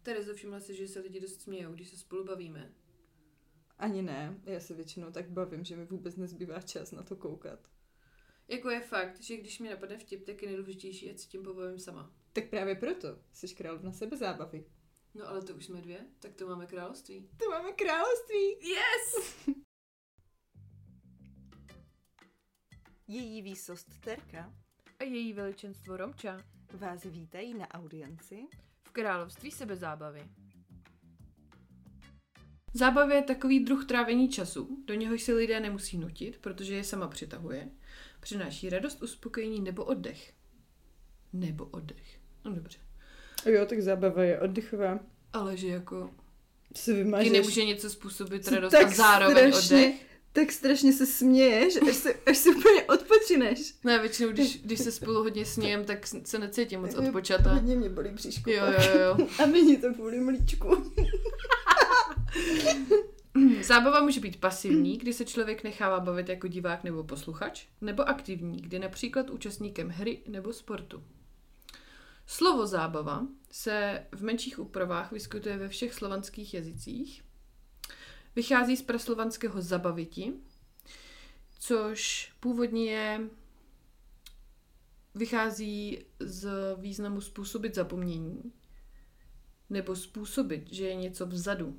Terezo, všimla si, že se lidi dost smějou, když se spolu bavíme. Ani ne, já se většinou tak bavím, že mi vůbec nezbývá čas na to koukat. Jako je fakt, že když mi napadne vtip, tak je nejdůležitější, ať se tím pobavím sama. Tak právě proto jsi královna sebezábavy. No ale to už jsme 2, tak to máme království. To máme království! Yes! Její výsost Terka A její veličenstvo Romča vás vítají na audienci v království sebezábavy. Zábava je takový druh trávení času, do něhož se lidé nemusí nutit, protože je sama přitahuje. Přináší radost, uspokojení nebo oddech. Nebo oddech. No dobře. Jo, tak zábava je oddechová. Ale že jako... Se vymážeš. Ti nemůže něco způsobit radost a zároveň oddech? Tak strašně se směješ, až se úplně odpočineš. Ne, většinou, když se spolu hodně smějem, tak se necítím moc odpočata. Hodně mě bolí bříško. Jo. A není to kvůli mlíčku. Zábava může být pasivní, kdy se člověk nechává bavit jako divák nebo posluchač, nebo aktivní, kdy například účastníkem hry nebo sportu. Slovo zábava se v menších úpravách vyskytuje ve všech slovanských jazycích. Vychází z praslovanského zabaviti, což původně vychází z významu způsobit zapomnění, nebo způsobit, že je něco vzadu.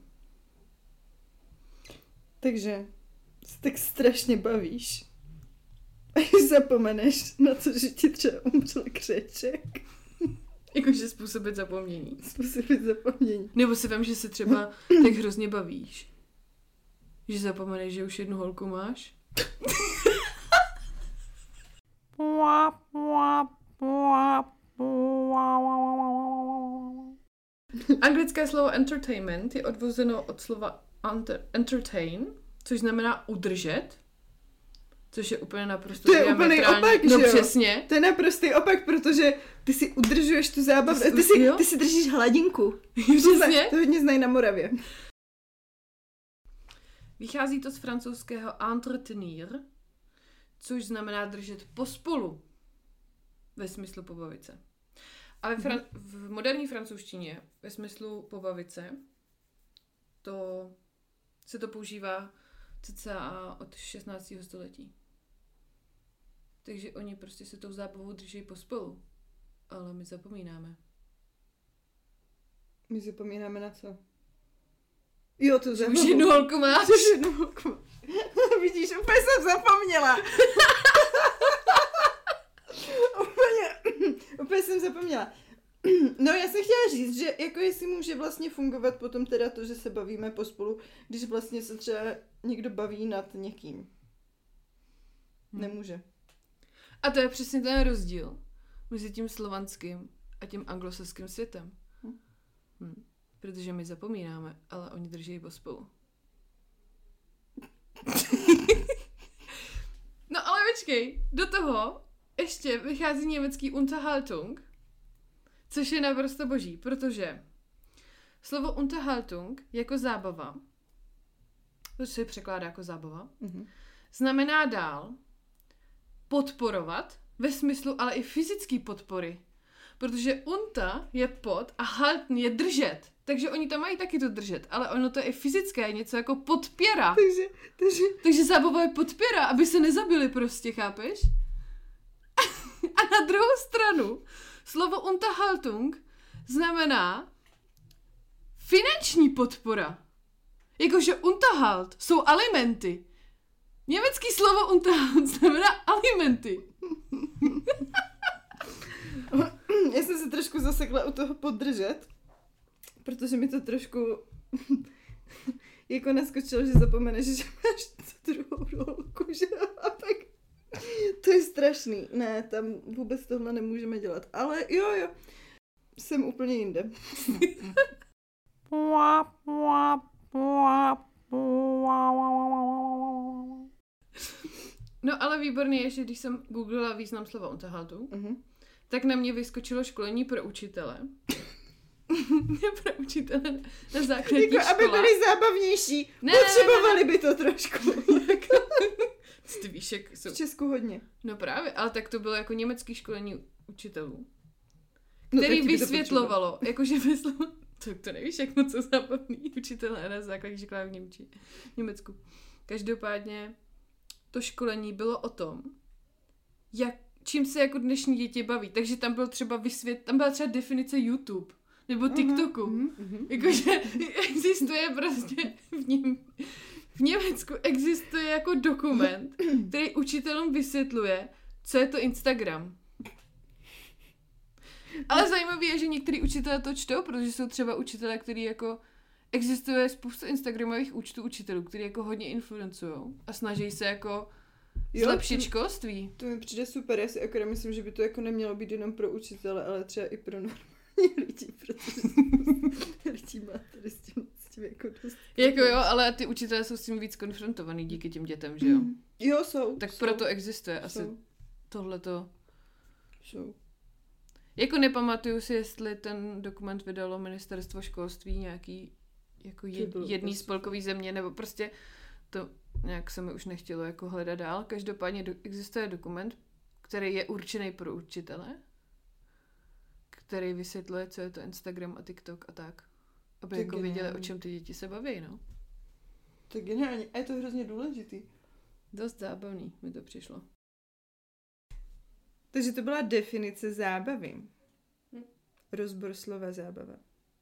Takže se tak strašně bavíš. A zapomeneš na to, že ti třeba umřel křeček. Jakože způsobit zapomnění. Způsobit zapomnění. Nebo si vem, že se třeba tak hrozně bavíš. Že zapomeneš, že už jednu holku máš. Anglické slovo entertainment je odvozeno od slova entertain, což znamená udržet, což je úplně naprosto to je úplný opak, no že jo? Přesně. To je naprostý opak, protože ty si udržuješ tu zábavu, ty si držíš hladinku. Přesně. To hodně znají na Moravě. Vychází to z francouzského entretenir, což znamená držet pospolu, ve smyslu pobavit se. Ale v moderní francouzštině, ve smyslu pobavit se, se to používá cca od 16. století. Takže oni prostě se tou zábavou drží pospolu. Ale my zapomínáme. My zapomínáme na co? Jo, to zábavu. Už jednu holku máš. Vidíš, úplně jsem zapomněla. úplně jsem zapomněla. No, já jsem chtěla říct, že jako jestli může vlastně fungovat potom teda to, že se bavíme pospolu, když vlastně se třeba někdo baví nad někým. Nemůže. A to je přesně ten rozdíl mezi tím slovanským a tím anglosaským světem. Protože my zapomínáme, ale oni drží pospolu. No ale počkej, do toho ještě vychází německý Unterhaltung, což je naprosto boží, protože slovo Unterhaltung jako zábava, to se překládá jako zábava, znamená dál podporovat, ve smyslu ale i fyzické podpory. Protože unta je pod a halten je držet. Takže oni tam mají taky to držet, ale ono to je i fyzické, něco jako podpěra. Takže zábava je podpěra, aby se nezabili prostě, chápeš? A na druhou stranu slovo Unterhaltung znamená finanční podpora. Jakože Unterhalt jsou alimenty. Německý slovo Unterhalt znamená alimenty. Já jsem se trošku zasekla u toho podržet, protože mi to trošku jako naskočilo, že zapomeneš, že máš druhou rolku, že a pak to je strašný. Ne, tam vůbec tohle nemůžeme dělat, ale jo, jsem úplně jinde. No ale výborně je, že když jsem googlila význam slova Unterhaltung, tak na mě vyskočilo školení pro učitele. Pro učitele na základních školách. Aby byli zábavnější. Potřebovali by to trošku. Ty víš, jak jsou... V Česku hodně. No právě, ale tak to bylo jako německý školení učitelů, který vysvětlovalo, jakože To nevíš, jak moc jsou zábavný učitelé na základní škole v Německu. Každopádně to školení bylo o tom, čím se jako dnešní děti baví. Takže tam byl třeba tam byla třeba definice YouTube nebo TikToku. Jakože existuje prostě v Německu existuje jako dokument, který učitelům vysvětluje, co je to Instagram. Ale zajímavé je, že některý učitelé to čtou, protože jsou třeba učitelé, který jako existuje spousta instagramových účtů učitelů, který jako hodně influencujou a snaží se jako zlepšit školství. To mi přijde super, já si akorát myslím, že by to jako nemělo být jenom pro učitele, ale třeba i pro normální lidi, protože lidí má tady s tím jako dost. Jako jo, ale ty učitelé jsou s tím víc konfrontovaný díky těm dětem, že jo? Jo, jsou. Tak jsou, proto existuje asi tohleto. Jsou. Jako nepamatuju si, jestli ten dokument vydalo ministerstvo školství nějaký jako jedný spolkový země, nebo prostě to nějak se mi už nechtělo jako hledat dál. Každopádně existuje dokument, který je určený pro učitele, který vysvětluje, co je to Instagram a TikTok a tak. Aby jako věděli, o čem ty děti se baví, no. To je geniální. A je to hrozně důležitý. Dost zábavný mi to přišlo. Takže to byla definice zábavy. Rozbor slova zábava.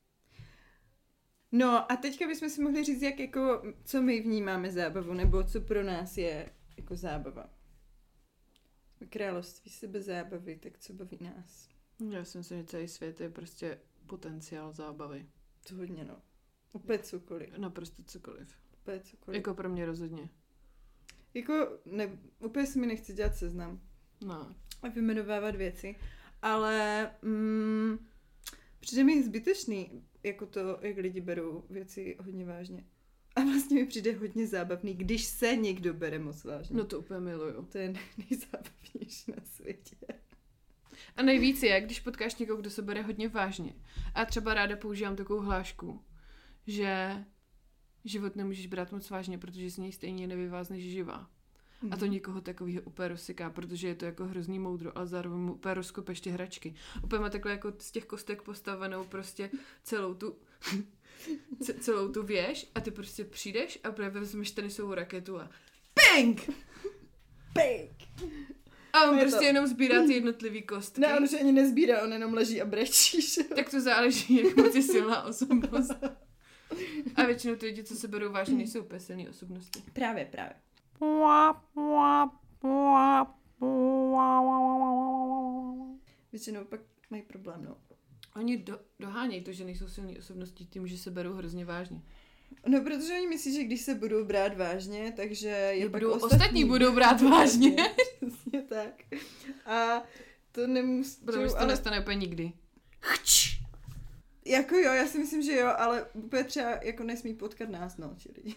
No a teďka bychom si mohli říct, jak jako, co my vnímáme zábavu, nebo co pro nás je jako zábava. Království sebezábavy, tak co baví nás? Já si myslím, že celý svět je prostě potenciál zábavy. To hodně, no. Úplně cokoliv. Naprosto cokoliv. Úplně cokoliv. Jako pro mě rozhodně. Jako, úplně si mi nechci dělat seznam. No. A vymenovávat věci. Ale přijde mi zbytečný, jako to, jak lidi berou věci hodně vážně. A vlastně mi přijde hodně zábavný, když se někdo bere moc vážně. No to úplně miluju. To je nejzábavnější na světě. A nejvíc je, když potkáš někoho, kdo se bere hodně vážně. A třeba ráda používám takovou hlášku, že život nemůžeš brát moc vážně, protože z něj stejně nevyvázneš živá. A to někoho takového úplně rozsyká, protože je to jako hrozný moudro, ale zároveň mu úplně rozkopeš ty hračky. Úplně má takhle jako z těch kostek postavenou prostě celou tu věž a ty prostě přijdeš a právě vezmeš tenisovou raketu a ping! Ping! A on prostě jenom sbírá ty jednotlivý kostky. Ne, on už ani nezbírá, on jenom leží a brečí, že? Tak to záleží, jak moc je silná osobnost. A většinou ty lidi, co se berou vážně, nejsou úplně silný osobnosti. Právě. Většinou pak mají problém, no. Oni dohánějí to, že nejsou silný osobnosti tím, že se berou hrozně vážně. No, protože oni myslí, že když se budou brát vážně, takže je pak ostatní budou brát vážně. Přesně tak. A to nemusí... Protože to nestane úplně nikdy. Jako jo, já si myslím, že jo, ale úplně třeba jako nesmí potkat nás, no, ti lidi.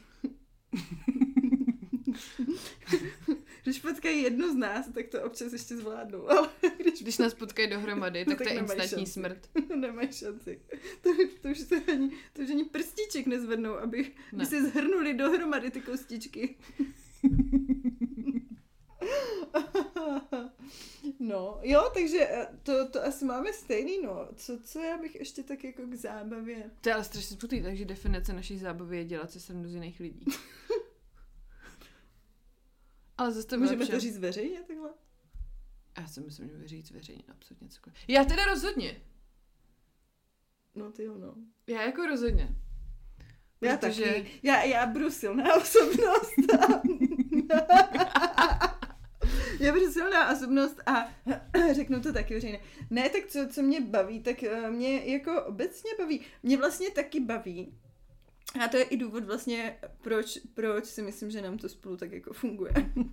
Když potkají jednu z nás, tak to občas ještě zvládnou. Ale když nás potkají dohromady, tak to je instantní smrt. Nemají šanci. To už ani prstíček nezvednou, aby se zhrnuli dohromady ty kostičky. No, jo, takže to asi máme stejný, no. Co já bych ještě tak jako k zábavě? To je ale strašně smutný, takže definice naší zábavy je dělat si srandu z jiných lidí. Ale zase to můžeme to říct veřejně takhle? Já si myslím, že říct veřejně absolutně cokoliv. Já teda rozhodně. No ty jo, no. Já jako rozhodně. Já taky. Já budu silná osobnost. Já budu silná osobnost a řeknu to taky veřejně. Ne, tak co mě baví, tak mě jako obecně baví. Mě vlastně taky baví. A to je i důvod vlastně, proč si myslím, že nám to spolu tak jako funguje.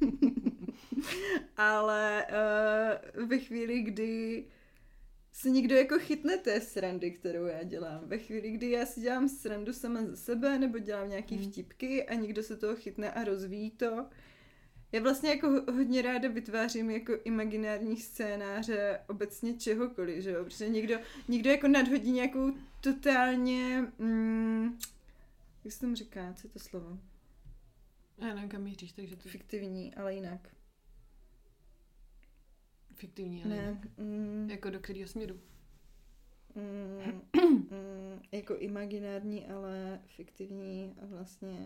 Ale ve chvíli, kdy se někdo jako chytne té srandy, kterou já dělám, ve chvíli, kdy já si dělám srandu sama ze sebe, nebo dělám nějaký vtipky a někdo se toho chytne a rozvíjí to, já vlastně jako hodně ráda vytvářím jako imaginární scénáře obecně čehokoliv, že jo, protože někdo jako nadhodí nějakou totálně, jak se tomu říká, co je to slovo? Já nevím, kam míříš, takže to... Fiktivní, ale jinak. Fiktivní, ale jinak. Jako do kterého směru? jako imaginární, ale fiktivní a vlastně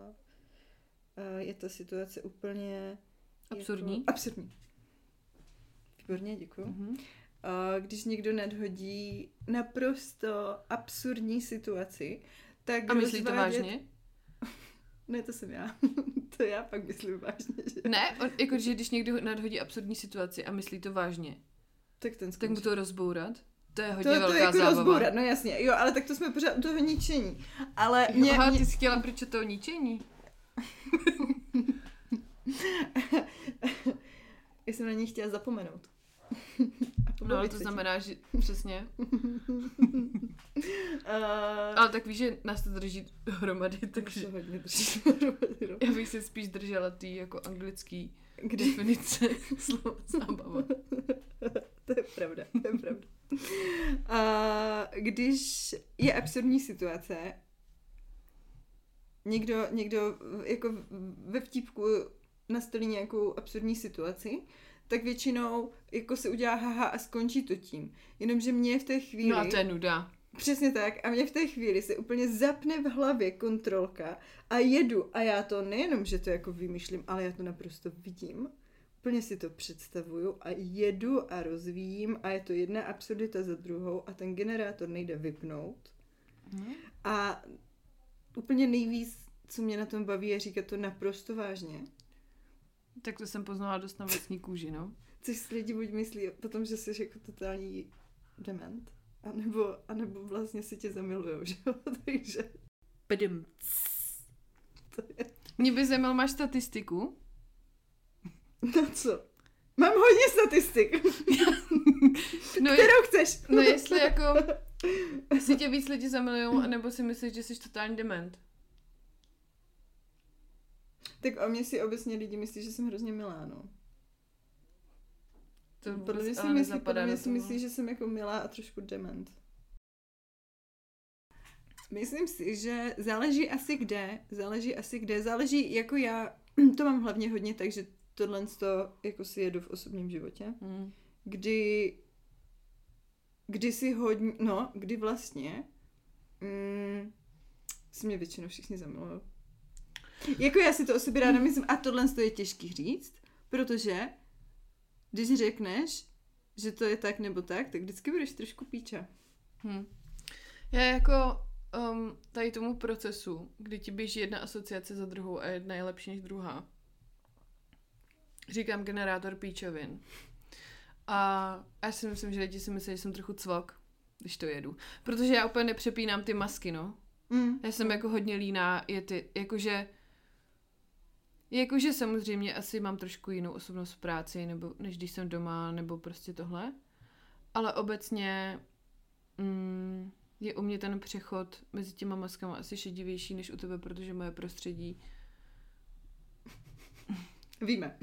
je ta situace úplně absurdní. Jako, absurdní. Výborně, děkuju. Mm-hmm. Když někdo nadhodí naprosto absurdní situaci, tak a myslí to vážně? Ne, to jsem já. To já pak myslím vážně. Že? Ne, jakože když někdo nadhodí absurdní situaci a myslí to vážně, tak mu to rozbourat? To je hodně velká jako zábava. Rozbourat, no jasně. Jo, ale tak to jsme pořád u toho ničení. Ale ty jsi chtěla proč toho ničení? Já jsem na ní chtěla zapomenout. No, ale to znamená, že přesně. Ale tak víš, že nás to drží dohromady, takže hodně drží dohromady. Já bych si spíš držela tý jako anglický definice slova zábava. To je pravda. Když je absurdní situace, někdo jako ve vtipku nastolí nějakou absurdní situaci, tak většinou jako se udělá haha a skončí to tím. Jenomže mě v té chvíli... No a to je nuda. Přesně tak. A mě v té chvíli se úplně zapne v hlavě kontrolka a jedu. A já to nejenom, že to jako vymýšlím, ale já to naprosto vidím. Úplně si to představuju a jedu a rozvíjím a je to jedna absurdita za druhou a ten generátor nejde vypnout. A úplně nejvíc, co mě na tom baví, je říkat to naprosto vážně. Tak to jsem poznala dost na vlastní kůži, no. Což si lidi buď myslí potom, že jsi jako totální dement, anebo vlastně si tě zamilujou, že jo? Takže... Mě by zajímalo, máš statistiku? No co? Mám hodně statistik. Kterou chceš? No jestli jako si tě víc lidi zamilujou, anebo si myslíš, že jsi totální dement? Tak o mě si obecně lidi myslí, že jsem hrozně milá, no. To podle mě si myslí, že jsem jako milá a trošku dement. Myslím si, že záleží asi kde, záleží jako já, to mám hlavně hodně, takže tohle jako si jedu v osobním životě, kdy si hodně, kdy vlastně si mě většinou všichni zamilujou. Jako já si to o sobě ráda myslím a tohle je těžký říct, protože když řekneš, že to je tak nebo tak vždycky budeš trošku píča. Já jako tady tomu procesu, kdy ti běží jedna asociace za druhou a jedna je lepší než druhá, říkám generátor píčovin. A já si myslím, že lidi si myslí, že jsem trochu cvok, když to jedu. Protože já úplně nepřepínám ty masky, no. Já jsem jako hodně líná, jakože samozřejmě asi mám trošku jinou osobnost v práci, nebo než když jsem doma, nebo prostě tohle. Ale obecně je u mě ten přechod mezi těma maskama asi šedivější než u tebe, protože moje prostředí... Víme.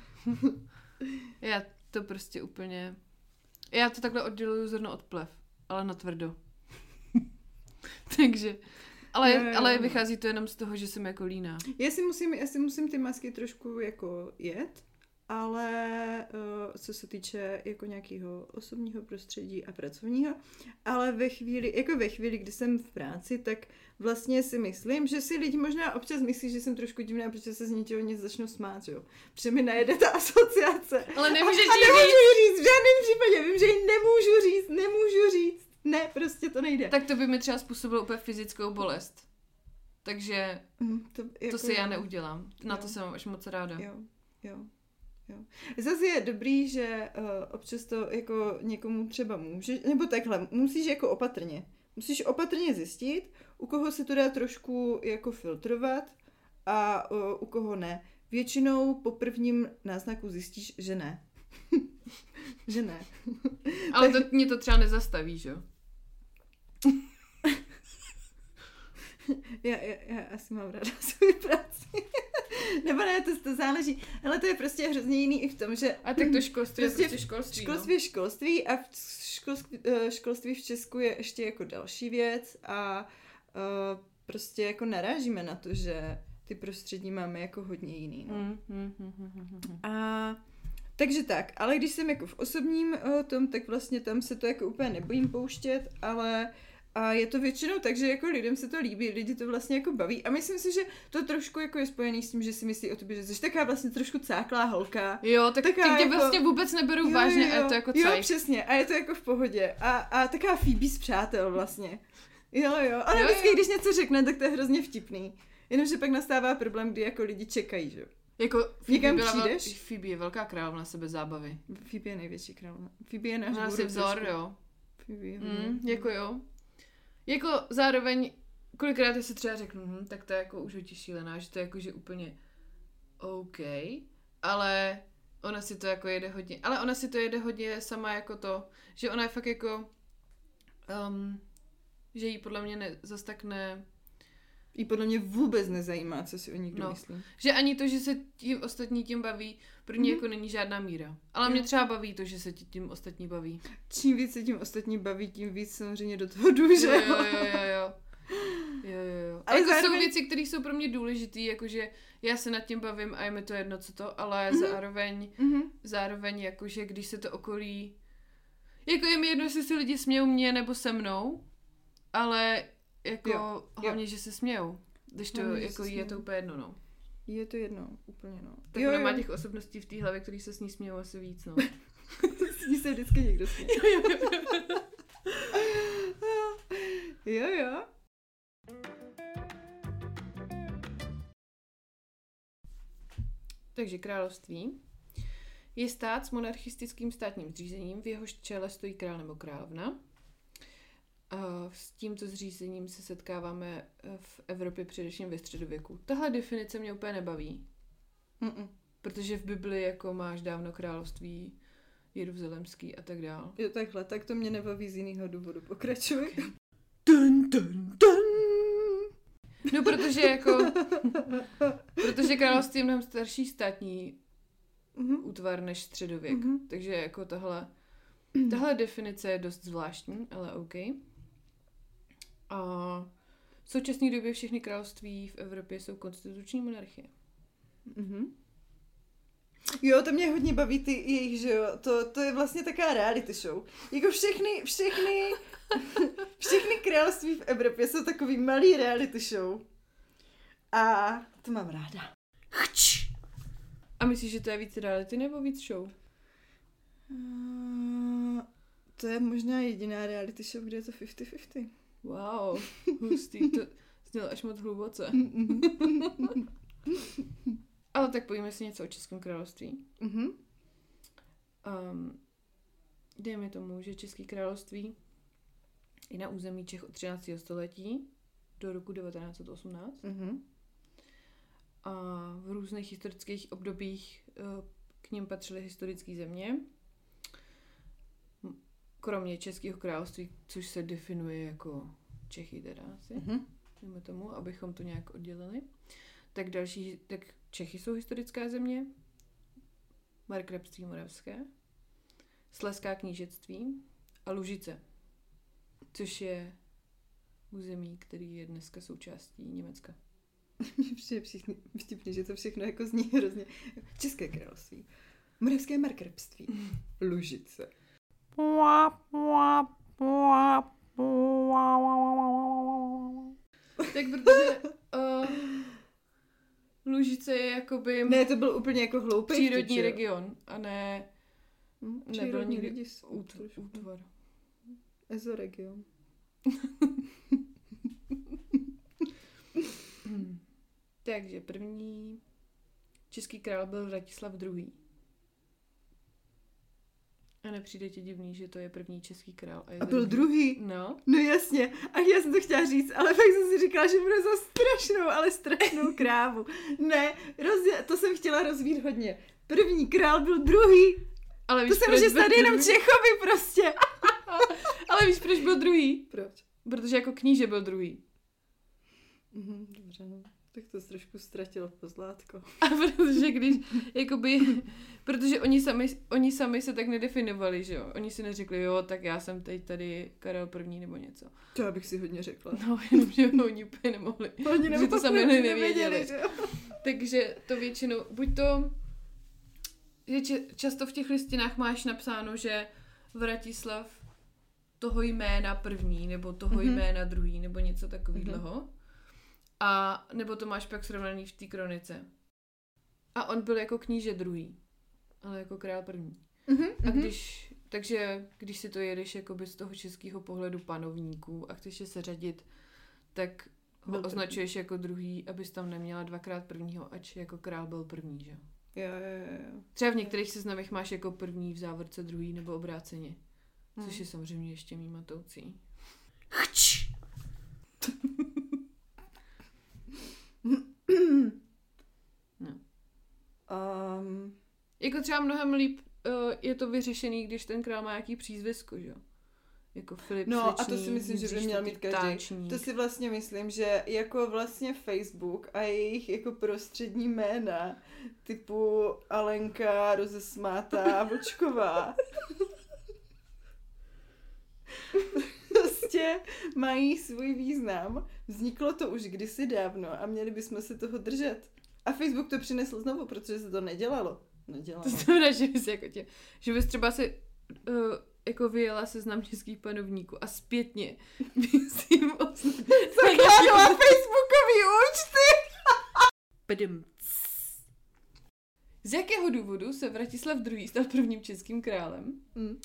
Já to prostě úplně... Já to takhle odděluju zrno od plev, ale natvrdo. Takže... Ale vychází to jenom z toho, že jsem jako líná. Já si musím ty masky trošku jako jet, ale co se týče jako nějakého osobního prostředí a pracovního, ale ve chvíli, kdy jsem v práci, tak vlastně si myslím, že si lidi možná občas myslí, že jsem trošku divná, protože se z ničeho nic začnou smát, jo. Protože mi najede ta asociace. Ale nemůžeš říct, v žádném případě, vím, že ji nemůžu říct. Ne, prostě to nejde. Tak to by mi třeba způsobilo úplně fyzickou bolest. Takže to si já neudělám. Na to jsem až moc ráda. Jo. Zase je dobrý, že občas to jako někomu třeba může, nebo takhle, musíš jako opatrně. Musíš opatrně zjistit, u koho se to dá trošku jako filtrovat a u koho ne. Většinou po prvním náznaku zjistíš, že ne. Že ne. Ale mě to třeba nezastaví, že jo? Já asi mám ráda svou práci. Nebo ne, to záleží. Ale to je prostě hrozně jiný i v tom, že... A tak to školství je prostě školství. Školství je školství a školství v Česku je ještě jako další věc a prostě jako narážíme na to, že ty prostředí máme jako hodně jiný. No. A takže tak, ale když jsem jako v osobním tom, tak vlastně tam se to jako úplně nebojím pouštět, ale A je to většinou tak, že jako lidem se to líbí, lidi to vlastně jako baví. A myslím si, že to trošku jako je spojený s tím, že si myslí o tobě, že jsi taková vlastně trošku cáklá holka. Jo, tak taková tě jako... vlastně vůbec neberou vážně a je to jako Jo, cajk. přesně. A je to jako v pohodě. A taková Phoebe z Přátel vlastně. Jo. Ale Jo, vždycky, jo. když něco řekne, tak to je hrozně vtipný. Jenomže pak nastává problém, kdy jako lidi čekají, že jo. Jako Někam přijdeš? Phoebe je velká královna sebe zábavy. Phoebe je největší královna. Phoebe je náš Má guru si vzor, trošku. jo. Phoebe je Jako jo. Jako zároveň, kolikrát já si třeba řeknu, tak to je jako už hodně šílená, že to je jako, že úplně OK, ale ona si to jako jede hodně, ale ona si to jede hodně sama jako to, že ona je fakt jako, že jí podle mě zas tak ne... Jí podle mě vůbec nezajímá, co si o ní kdo myslí. Že ani to, že se tím ostatní tím baví, pro ně jako není žádná míra. Ale mě třeba baví to, že se tím ostatní baví. Čím víc se tím ostatní baví, tím víc samozřejmě do toho jdu, že Jo. Ale to jsou věci, které jsou pro mě důležitý, jakože já se nad tím bavím a je mi to jedno, co to, ale zároveň jakože když se to okolí, jako je mi jedno, jestli si lidi smějou mě nebo se mnou, ale jako hlavně, že se smějou. Když to hlavně, jako je to úplně jedno, no. Je to jedno, úplně no. Tak ona má těch osobností v té hlavě, který se s ní smějou asi víc, no. S ní se vždycky někdo směje. Jo. Takže království je stát s monarchistickým státním zřízením, v jehož čele stojí král nebo královna. S tímto zřízením se setkáváme v Evropě především ve středověku. Tahle definice mě úplně nebaví. Protože v Bibli jako máš dávno království jeruzalemský a tak dál. Jo, takhle, tak to mě nebaví z jiného důvodu. Pokračuj. Okay. Dun. No, protože království je mnohem starší státní útvar než středověk. Takže jako tahle definice je dost zvláštní, ale OK. A v současné době všechny království v Evropě jsou konstituční monarchie. Jo, to mě hodně baví ty jejich, že jo, to je vlastně taková reality show. Jako všechny království v Evropě jsou takový malý reality show. A to mám ráda. A myslíš, že to je víc reality nebo víc show? To je možná jediná reality show, kde je to 50-50. Wow, hustý, to znělo až moc hluboce. Ale tak pojďme si něco o Českém království. Dejme tomu, že České království je na území Čech od 13. století do roku 1918. A v různých historických obdobích k nim patřily historické země. Kromě Českého království, což se definuje jako Čechy teda asi. Dejme tomu, abychom to nějak oddělili. Tak Čechy jsou historická země, Markrabství moravské, Slezská knížectví a Lužice, což je území, který je dneska součástí Německa. Mně přijde vtipný, že to všechno jako zní hrozně. České království, Moravské Markrabství, Lužice. Tak protože Lužice je jakoby... Ne, to byl úplně jako hloupý přírodní vtip, region a ne... nebyl nikdy útvar. Ezoregion. Takže první český král byl Vratislav II. A nepřijde ti divný, že to je první český král. A byl druhý? No. No jasně. A já jsem to chtěla říct, ale pak jsem si říkala, že bude za strašnou krávu. Ne, to jsem chtěla rozvít hodně. První král byl druhý. Ale víš, to se může stát jenom Čechovi prostě. Ale víš, proč byl druhý? Proč? Protože jako kníže byl druhý. Dobře, no. Tak to trošku ztratilo pozlátko. A protože protože oni sami se tak nedefinovali, že jo. Oni si neřekli, jo, tak já jsem teď tady Karel první nebo něco. To já bych si hodně řekla. No, jenom, že oni úplně nemohli. Oni to sami nevěděli. Takže to většinou, buď to, že často v těch listinách máš napsáno, že Vratislav toho jména první, nebo toho jména druhý, nebo něco takového. A nebo to máš pak srovnaný v té kronice. A on byl jako kníže druhý, ale jako král první. A když si to jedeš jakoby z toho českého pohledu panovníků a chceš je seřadit, tak ho označuješ jako druhý, abys tam neměla dvakrát prvního, ač jako král byl první, že? Jo. Třeba v některých seznamech máš jako první v závorce druhý nebo obráceně. Což je samozřejmě ještě mý matoucí. No. Jako třeba mnohem líp je to vyřešený, když ten král má nějaký přízvisko, že jo? Jako Filip No Slečný, a to si myslím, že by měl mít každý. To si vlastně myslím, že jako vlastně Facebook a jejich jako prostřední jména typu Alenka, Rozesmátá, Vlčková prostě mají svůj význam. Vzniklo to už kdysi dávno a měli bychom se toho držet. A Facebook to přinesl znovu, protože se to nedělalo. To znamená, že bys třeba si jako vyjela seznam českých panovníků a zpětně bys jim zakládala facebookový účty. Z jakého důvodu se Vratislav II. Stal prvním českým králem?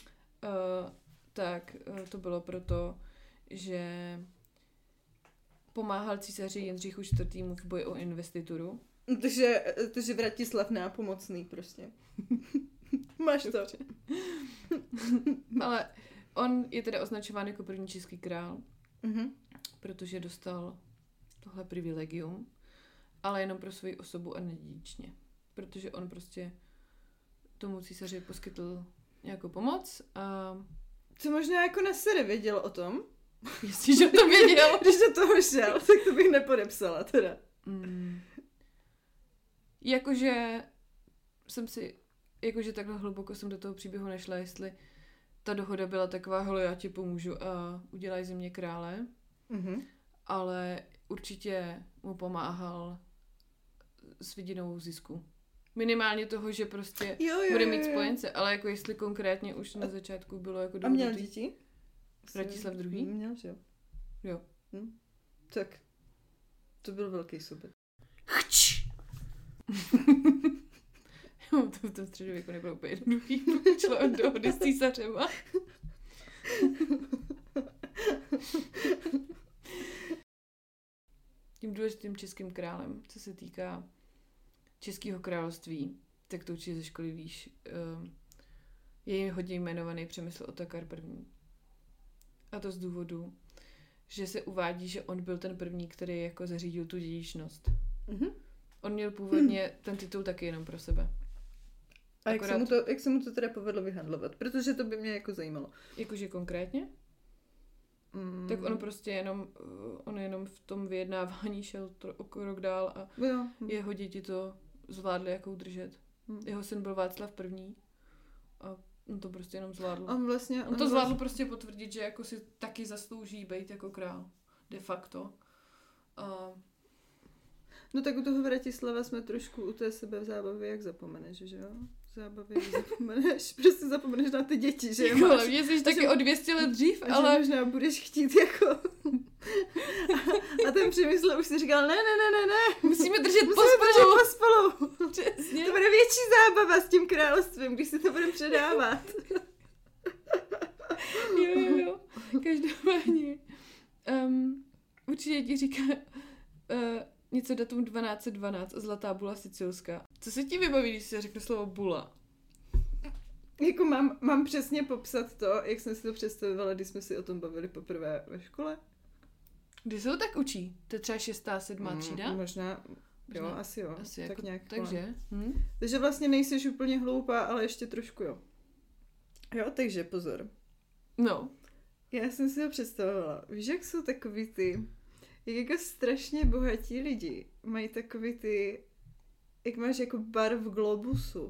Tak to bylo proto, že pomáhal císaři Jindřichu IV. V boji o investituru. Takže Vratislav nápomocný prostě. Máš to. Ale on je teda označován jako první český král, protože dostal tohle privilegium, ale jenom pro svoji osobu a nedědičně. Protože on prostě tomu císaři poskytl nějakou pomoc a... Co možná jako na sere věděl o tom? Jestliže to věděl. Když do toho šel, tak to bych nepodepsala teda. Jakože takhle hluboko jsem do toho příběhu nešla, jestli ta dohoda byla taková, hele, já ti pomůžu a udělaj ze mě krále, ale určitě mu pomáhal s vidinou zisku. Minimálně toho, že prostě bude mít spojence, ale jako jestli konkrétně už na začátku bylo jako dohodnutý. A měl děti? Vratislav II. Měl, že jo? Jo. Tak, to byl velký sobě. To v tom středověku nebylo úplně jednoduchý, šlo od dohody s císařema. Tím důležitým českým králem, co se týká Českého království, tak to určitě ze školy víš, je hodně jmenovaný Přemysl Otakar I. A to z důvodu, že se uvádí, že on byl ten první, který jako zařídil tu dědičnost. On měl původně ten titul taky jenom pro sebe. A jak se mu to teda povedlo vyhandlovat? Protože to by mě jako zajímalo. Jakože konkrétně? Tak on prostě jenom v tom vyjednávání šel o krok dál a jeho děti to zvládli jako udržet. Jeho syn byl Václav I. A on to prostě jenom zvládl. On to zvládl prostě potvrdit, že jako si taky zaslouží být jako král. De facto. No tak u toho Vratislava jsme trošku u té sebezábavy, jak zapomeneš, že jo? Zábavy, jak zapomeneš, prostě zapomeneš na ty děti, že jo? Hlavně jsi taky o 200 let dřív, ale... Že možná budeš chtít jako... A ten Přemysl už si říkal, ne. Musíme držet pospolu. Přesně. To bude větší zábava s tím královstvím, když si to budeme předávat. Jo. Každopádně. Určitě ti říká... něco datum 1212 a zlatá bula sicilská. Co se ti vybaví, když se řekne slovo bula? Jako mám přesně popsat to, jak jsme si to představovala, když jsme si o tom bavili poprvé ve škole. Kdy se to tak učí? To je třeba 6., 7. třída? Možná, asi jo. Asi tak jako, nějak. Takže? Takže vlastně nejseš úplně hloupá, ale ještě trošku jo. Jo, takže pozor. No. Já jsem si to představovala. Víš, jak jsou takový ty... Jak jako strašně bohatí lidi mají takový ty, jak máš jako bar v Globusu.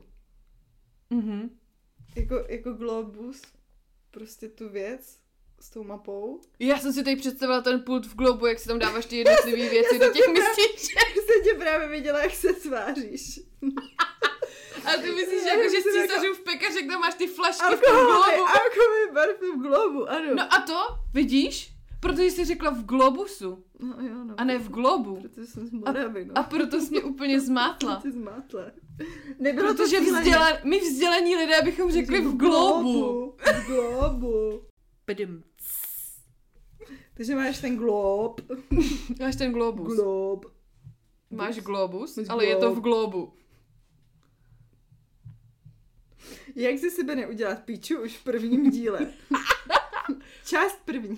Jako Globus, prostě tu věc s tou mapou. Já jsem si tady představila ten pult v Globu, jak si tam dáváš ty jednotlivé věci do těch místíček. Já jsem tě právě viděla, jak se tváříš. A ty myslíš, jako, že z Císařův pekařek tam máš ty flašky alkoholový barv v globu, ano. No a to, vidíš? Protože jsi řekla v globusu. No jo, no. A ne v globu. Protože jsem z Moravy, no. A proto jsi mě úplně zmátla. Ty zmátla. Nebylo protože my vzdělaní lidé bychom řekli v globu. V globu. Takže máš ten glob. Máš ten globus. Glob. Máš globus, Máš ale glob. je to v globu. Jak ze sebe neudělat píču už v prvním díle? Část první.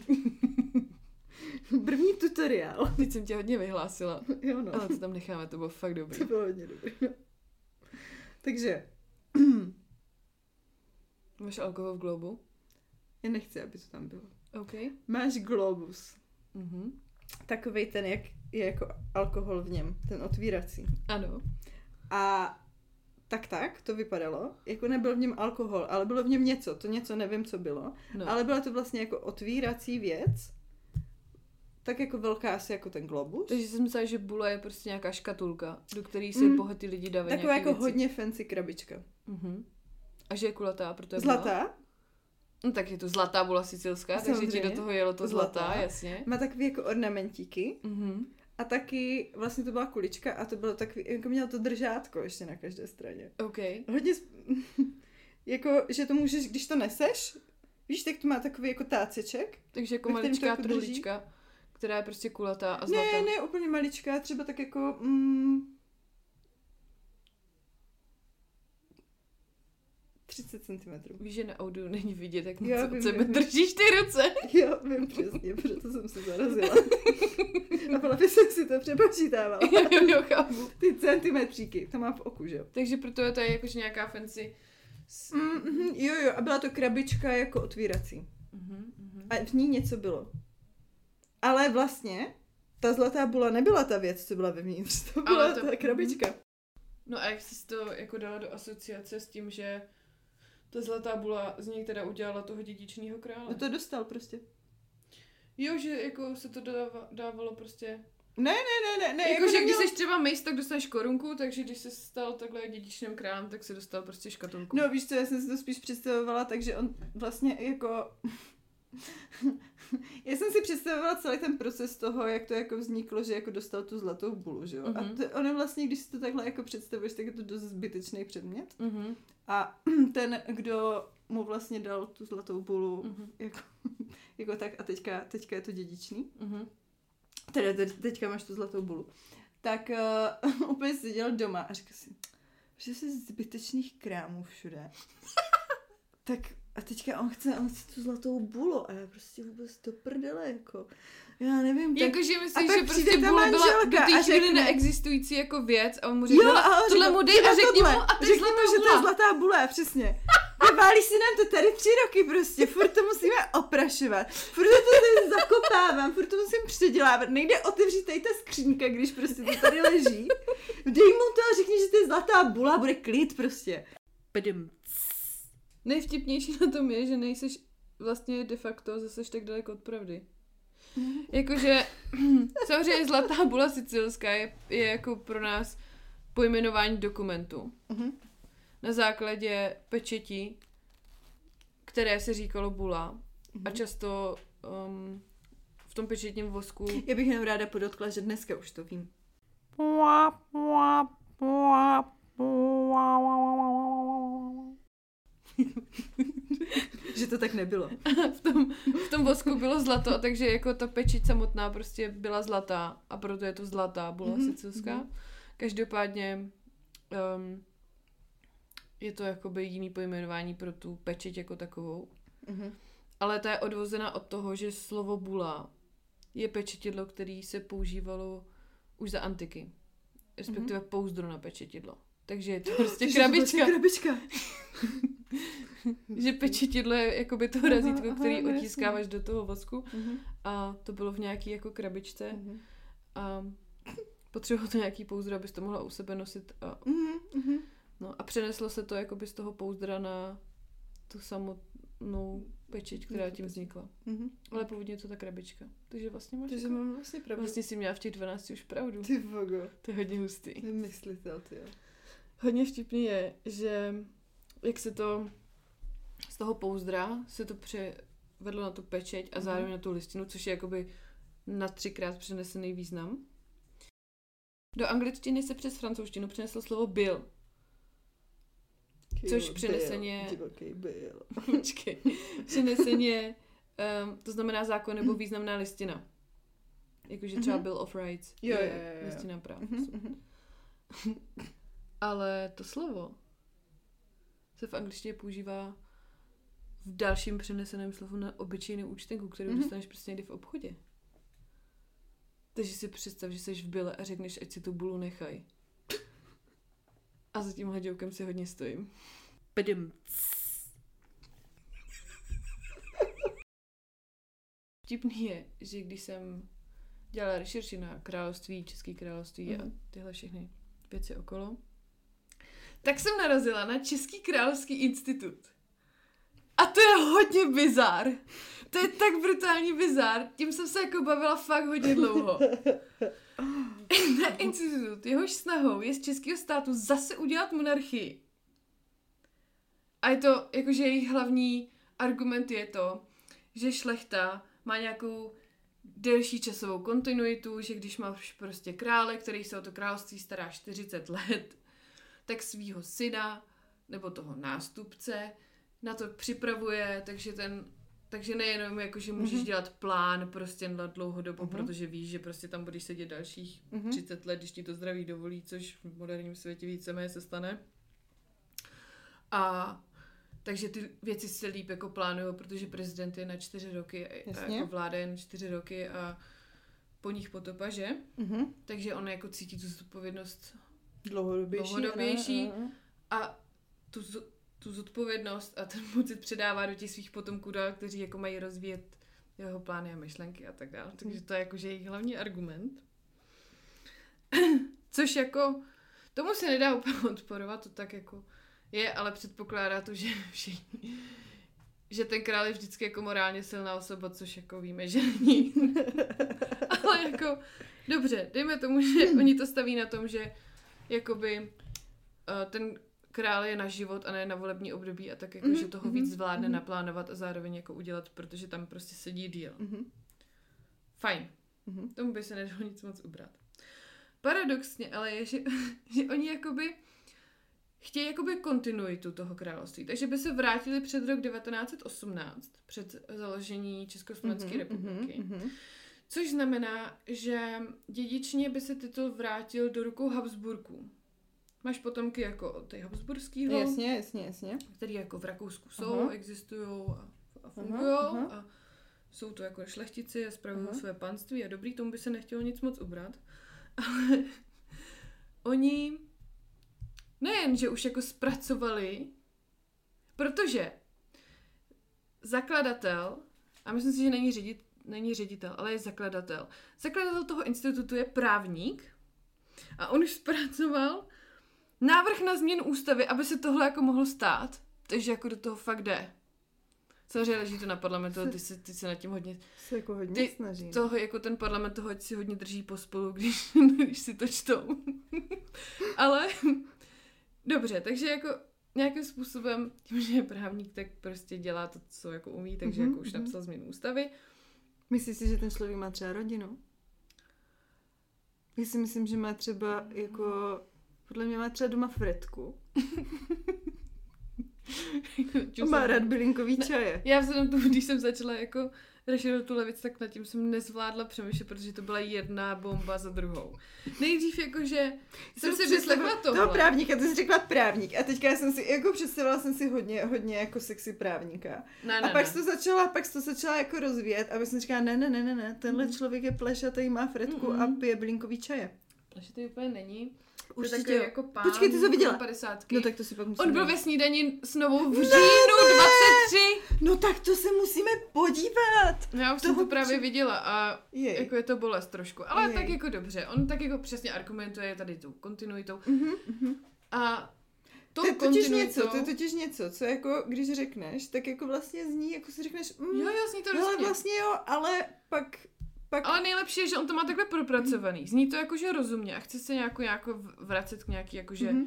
První tutoriál. Teď jsem tě hodně vyhlásila. Jo, no. Ale to tam necháme, to bylo fakt dobrý. To bylo hodně dobrý. Takže. Máš alkohol v globu? Já nechci, aby to tam bylo. OK. Máš globus. Mhm. Takovej ten, jak je jako alkohol v něm. Ten otvírací. Ano. A tak, to vypadalo. Jako nebyl v něm alkohol, ale bylo v něm něco. To něco nevím, co bylo. No. Ale byla to vlastně jako otvírací věc. Tak jako velká asi jako ten globus. Takže jsem myslela, že bula je prostě nějaká škatulka, do které si bohatý lidi dávají taková nějaké jako věci. hodně fancy krabička. Mhm. A že je kulatá, proto je Zlatá. Bula? No tak je to zlatá bula sicilská, takže ti do toho jelo to zlatá, jasně. Má takový jako ornamentíky. Mhm. A taky vlastně to byla kulička a to bylo takový, jako mělo to držátko ještě na každé straně. OK. Hodně, jako, že to můžeš, když to neseš, víš, tak to má takový jako táceček. Takže jako ve kterém to maličká jako drží. truhlička, která je prostě kulatá a zlatá. Ne, úplně maličká, třeba tak jako... 30 cm. Víš, že na audio není vidět, jak moc Jo, od vím, sebe vím. držíš ty ruce. Jo, vím přesně, proto jsem se zarazila. A hlavně jsem si to přepočítávala. Jo, chápu. Ty centimetříky, to má v oku, že jo? Takže proto je tady jakože nějaká fancy... Jo, a byla to krabička jako otvírací. A v ní něco bylo. Ale vlastně ta zlatá bula nebyla ta věc, co byla vevnitř. To byla ta krabička. No a jak jsi to jako dala do asociace s tím, že ta zlatá bula z něj teda udělala toho dědičného krále? No to dostal prostě. Jo, že jako se to dávalo prostě... Ne. Jako, že když jsi třeba mejst, tak dostaneš korunku, takže když se stal takhle dědičným králem, tak se dostal prostě škatulku. No víš co, já jsem si to spíš představovala, takže on vlastně jako... Já jsem si představovala celý ten proces toho, jak to jako vzniklo, že jako dostal tu zlatou bulu, že jo? A ono vlastně, když si to takhle jako představuješ, tak je to dost zbytečný předmět. A ten, kdo mu vlastně dal tu zlatou bulu, jako tak a teďka je to dědičný. Teda teďka máš tu zlatou bulu. Tak úplně seděl doma a říkal si, že jsi zbytečných krámů všude. Tak a teďka on chce tu zlatou bulu a já prostě vůbec to prdele, jako, já nevím. Tak... Jakože myslíš, že prostě bula byla do té chvíli neexistující jako věc a on mu řekl, tohle mu dej a řekni mu, a to je zlatá bula. Že to je zlatá bula, přesně. Válí si nám to tady 3 roky prostě, furt to musíme oprašovat, furt to tady zakopávám, furt to musím předělávat, nejde otevřít tady ta skřínka, když prostě to tady leží. Dej mu to a řekni, že to je zlatá bula, bude klid prostě. Nejvtipnější na tom je, že nejseš vlastně de facto zase tak daleko od pravdy. Jakože samozřejmě zlatá bula sicilská je jako pro nás pojmenování dokumentu. Na základě pečetí, které se říkalo bula. A často v tom pečetním vosku... Já bych jenom ráda podotkla, že dneska už to vím. Že to tak nebylo. v tom vosku bylo zlato, takže jako ta pečeť samotná prostě byla zlatá a proto je to zlatá bula sicilská. Každopádně je to jakoby jiný pojmenování pro tu pečeť jako takovou. Ale ta je odvozena od toho, že slovo bula je pečetidlo, které se používalo už za antiky. Respektive pouzdro na pečetidlo. Takže je to prostě krabička. Že pečetidlo je jakoby to razítko, který otiskáváš do toho vosku. A to bylo v nějaký jako krabičce. A potřebovalo to nějaký pouzdro, abys to mohla u sebe nosit. A, no, a přeneslo se to jakoby z toho pouzdra na tu samotnou pečeť, která tím vznikla. Ale původně je to ta krabička. Takže vlastně máš Takže mám vlastně pravdu. Vlastně jsi měla v těch 12 už pravdu. Ty vogo. To je hodně hustý. Vymyslitel, ty jo. Hodně vtipný je, že jak se to z toho pouzdra se to převedlo na tu pečeť a zároveň na tu listinu, což je jakoby na 3krát přenesený význam. Do angličtiny se přes francouzštinu přeneslo slovo Bill. Což přeneseně... Divoký Bill. Počkej. Přeneseně, to znamená zákon nebo významná listina. Jakože třeba Bill of Rights. Jo. Listina práv. Ale to slovo se v angličtině používá v dalším přeneseném slovu na obyčejnou účtenku, kterou dostaneš prostě někdy v obchodě. Takže si představ, že jsi v Bille a řekneš, ať si tu bulu nechaj. A za tímhle jokem si hodně stojím. Vtipný je, že když jsem dělala rešerši na království, České království a tyhle všechny věci okolo, tak jsem narazila na Český královský institut. A to je hodně bizár. To je tak brutální bizár. Tím jsem se jako bavila fakt hodně dlouho. Na institut, jehož snahou je z českého státu zase udělat monarchii. A je to, jakože jejich hlavní argument je to, že šlechta má nějakou delší časovou kontinuitu, že když máš prostě krále, který se o to království stará 40 let, tak svýho syna, nebo toho nástupce, na to připravuje, takže nejenom jako, že můžeš dělat plán prostě na dlouhodobu, protože víš, že prostě tam budeš sedět dalších 30 let, když ti to zdraví dovolí, což v moderním světě víceméně se stane. A takže ty věci se líp jako plánujou, protože prezident je na 4 roky a jako vláda je na 4 roky a po nich potopa, že? Takže on jako cítí tu zodpovědnost dlouhodobější a tu zodpovědnost a ten pocit předává do těch svých potomků dál, kteří jako mají rozvíjet jeho plány a myšlenky a tak dále. Takže to je jakože jejich hlavní argument. Což jako, tomu se nedá úplně odporovat, to tak jako je, ale předpokládá to, že ten král je vždycky jako morálně silná osoba, což jako víme, že není. Ale jako, dobře, dejme tomu, že oni to staví na tom, že jakoby ten král je na život a ne na volební období a tak jako, že toho víc zvládne naplánovat a zároveň jako udělat, protože tam prostě sedí díl. Fajn. Tomu by se nedalo nic moc ubrat. Paradoxně ale je, že oni jakoby chtějí jakoby kontinuitu toho království. Takže by se vrátili před rok 1918, před založení Československé republiky. Což znamená, že dědičně by se titul vrátil do rukou Habsburků. Máš potomky jako od té Habsburského. Jasně. Který jako v Rakousku jsou, existují a fungují. A jsou to jako šlechtici a spravují své panství a dobrý, tomu by se nechtělo nic moc ubrat. Ale oni nejen, že už jako zpracovali, protože zakladatel, a myslím si, že není ředitel, ale je zakladatel. Zakladatel toho institutu je právník a on už zpracoval návrh na změnu ústavy, aby se tohle jako mohlo stát. Takže jako do toho fakt jde. Samozřejmě leží to na parlamentu, ty se nad tím hodně... Se jako hodně snaží. Toho, jako ten parlament toho si hodně drží pospolu, když si to čtou. Ale dobře, takže jako nějakým způsobem, tím, že je právník, tak prostě dělá to, co jako umí, takže jako už napsal změnu ústavy. Myslíš si, že ten člověk má třeba rodinu? Já si myslím, že má třeba jako... Podle mě má třeba doma Fredku. Má rád bylinkový čaje. Já vzhledem tomu, když jsem začala jako rešerovat tu levici, tak nad tím jsem nezvládla přemýšlet, protože to byla jedna bomba za druhou. Nejdřív jakože jsem si vyslechla tohle. Toho právníka, ty jsi řekla právník a teďka jsem si, jako představila jsem si hodně jako sexy právníka. Pak to začala jako rozvíjet a jsem říkala, ne, tenhle člověk je plešatý, má Fredku a pije bylinkový čaje. Plešatý úplně není. Určitě jako pán. Počkej, ty jsi to viděla? 50. No tak to si pak musíme. On byl ve snídani s Novou v říjnu 23. No tak to se musíme podívat. Já už jsem to právě viděla a jako je to bolest trošku. Ale tak jako dobře. On tak jako přesně argumentuje tady tou kontinuitou. A to je totiž něco, co jako když řekneš, tak jako vlastně zní, jako si řekneš, jo, zní to rozumně. Vlastně jo, ale pak... Ale nejlepší je, že on to má takhle propracovaný. Zní to jakože rozumně a chce se nějak vracet k nějaký jakože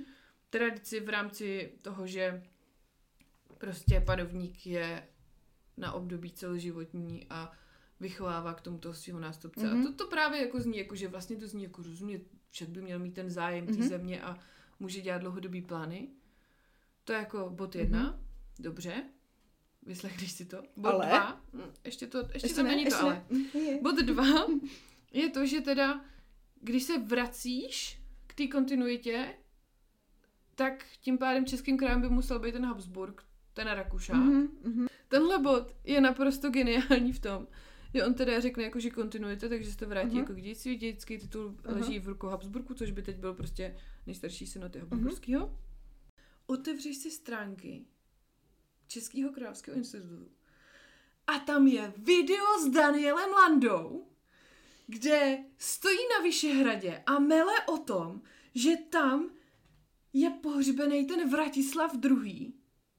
tradici v rámci toho, že prostě panovník je na období celoživotní a vychovává k tomu toho svého nástupce. Mm-hmm. A to právě jako zní, jako, že vlastně to zní jako rozumně, však by měl mít ten zájem té země a může dělat dlouhodobý plány. To je jako bod 1. Dobře. Vyslechneš si to. Bod 2. Ještě to není to ale. Bod 2 je to, že teda, když se vracíš k té kontinuitě, tak tím pádem českým krajem by musel být ten Habsburg, ten Rakušák. Mm-hmm. Tenhle bod je naprosto geniální v tom, že on teda řekne jako, že kontinuita, takže se to vrátí jako k dědictví. Dědický titul leží v rukou Habsburku, což by teď byl prostě nejstarší synod Habsburského. Otevřeš si stránky Českého královského institutu a tam je video s Danielem Landou, kde stojí na Vyšehradě a mele o tom, že tam je pohřbený ten Vratislav II.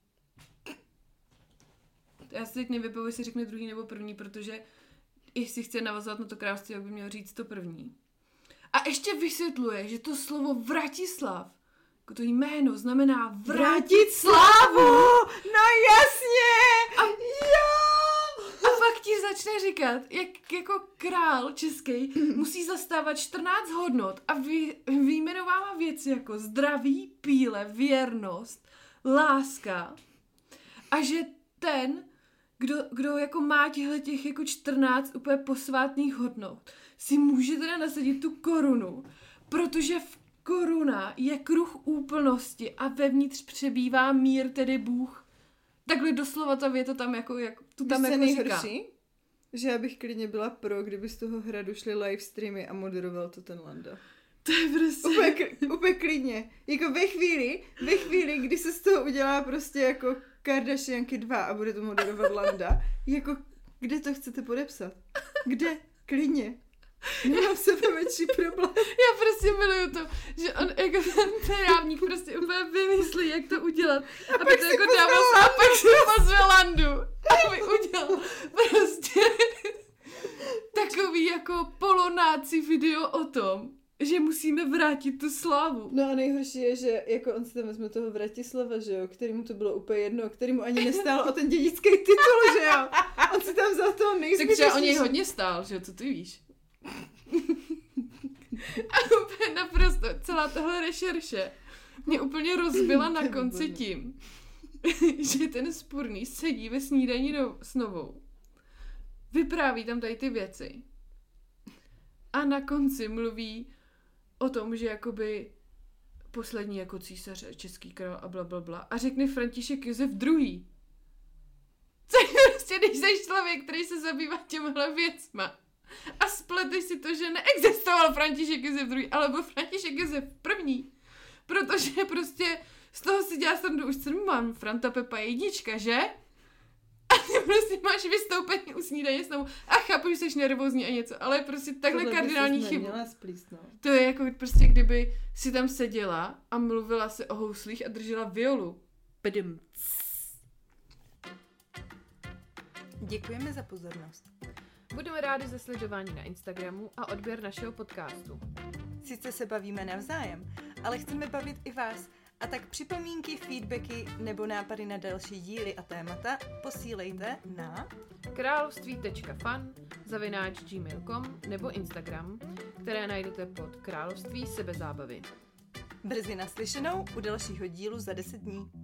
Já si teď nevybavuji, jestli řekne druhý nebo první, protože jestli chce navazovat na to království, jak by měl říct to první. A ještě vysvětluje, že to slovo Vratislav, jako to jméno, znamená vrátit slávu! No jasně! A pak ti začne říkat, jak jako král český musí zastávat 14 hodnot a vyjmenovává věci jako zdraví, píle, věrnost, láska a že ten, kdo jako má těch jako 14 úplně posvátných hodnot, si může teda nasadit tu korunu, protože koruna je kruh úplnosti a vevnitř přebývá mír, tedy Bůh. Takhle doslova ta věta tam jako tu tam jako říká. Že já bych klidně byla pro, kdyby z toho hradu šly live streamy a moderoval to ten Landa. To je prostě... Úplně klidně. Jako ve chvíli, kdy se z toho udělá prostě jako Kardashianky 2 a bude to moderovat Landa, jako kde to chcete podepsat? Kde? Klidně. Nemám sebe menší problém. Já prostě miluju to, že on jako ten právník prostě úplně vymyslí, jak to udělat. A pak to jako dával a pak si pozve Landu. Aby udělal prostě takový jako polonáci video o tom, že musíme vrátit tu slávu. No a nejhorší je, že jako on si tam vezme toho Vratislava, že jo, kterému to bylo úplně jedno, kterému ani nestálo o ten dědický titul, že jo. On si tam vzal toho nejzbytečnější. Takže o něj hodně stál, že jo, co ty víš. A úplně naprosto celá tahle rešerše mě úplně rozbila na konci tím, že ten Spurný sedí ve snídani s Novou, vypráví tam tady ty věci a na konci mluví o tom, že jakoby poslední jako císař český král a blablabla a řekne František Josef II. Což prostě, když jsi člověk, který se zabývá těmhle věcma a spleteš si to, že neexistoval František Josef II, ale byl František Josef I. Protože prostě z toho si dělá srandu už co mám Franta Pepa jednička, že? A ty prostě máš vystoupení u snídaně s Novou a chápu, že jsi nervózní a něco, ale prostě takhle kardinální chybu. To je jako prostě, kdyby si tam seděla a mluvila se o houslích a držela violu. Děkujeme za pozornost. Budeme rádi za sledování na Instagramu a odběr našeho podcastu. Sice se bavíme navzájem, ale chceme bavit i vás. A tak připomínky, feedbacky nebo nápady na další díly a témata posílejte na království.fan@gmail.com nebo Instagram, které najdete pod Království sebezábavy. Brzy naslyšenou u dalšího dílu za 10 dní.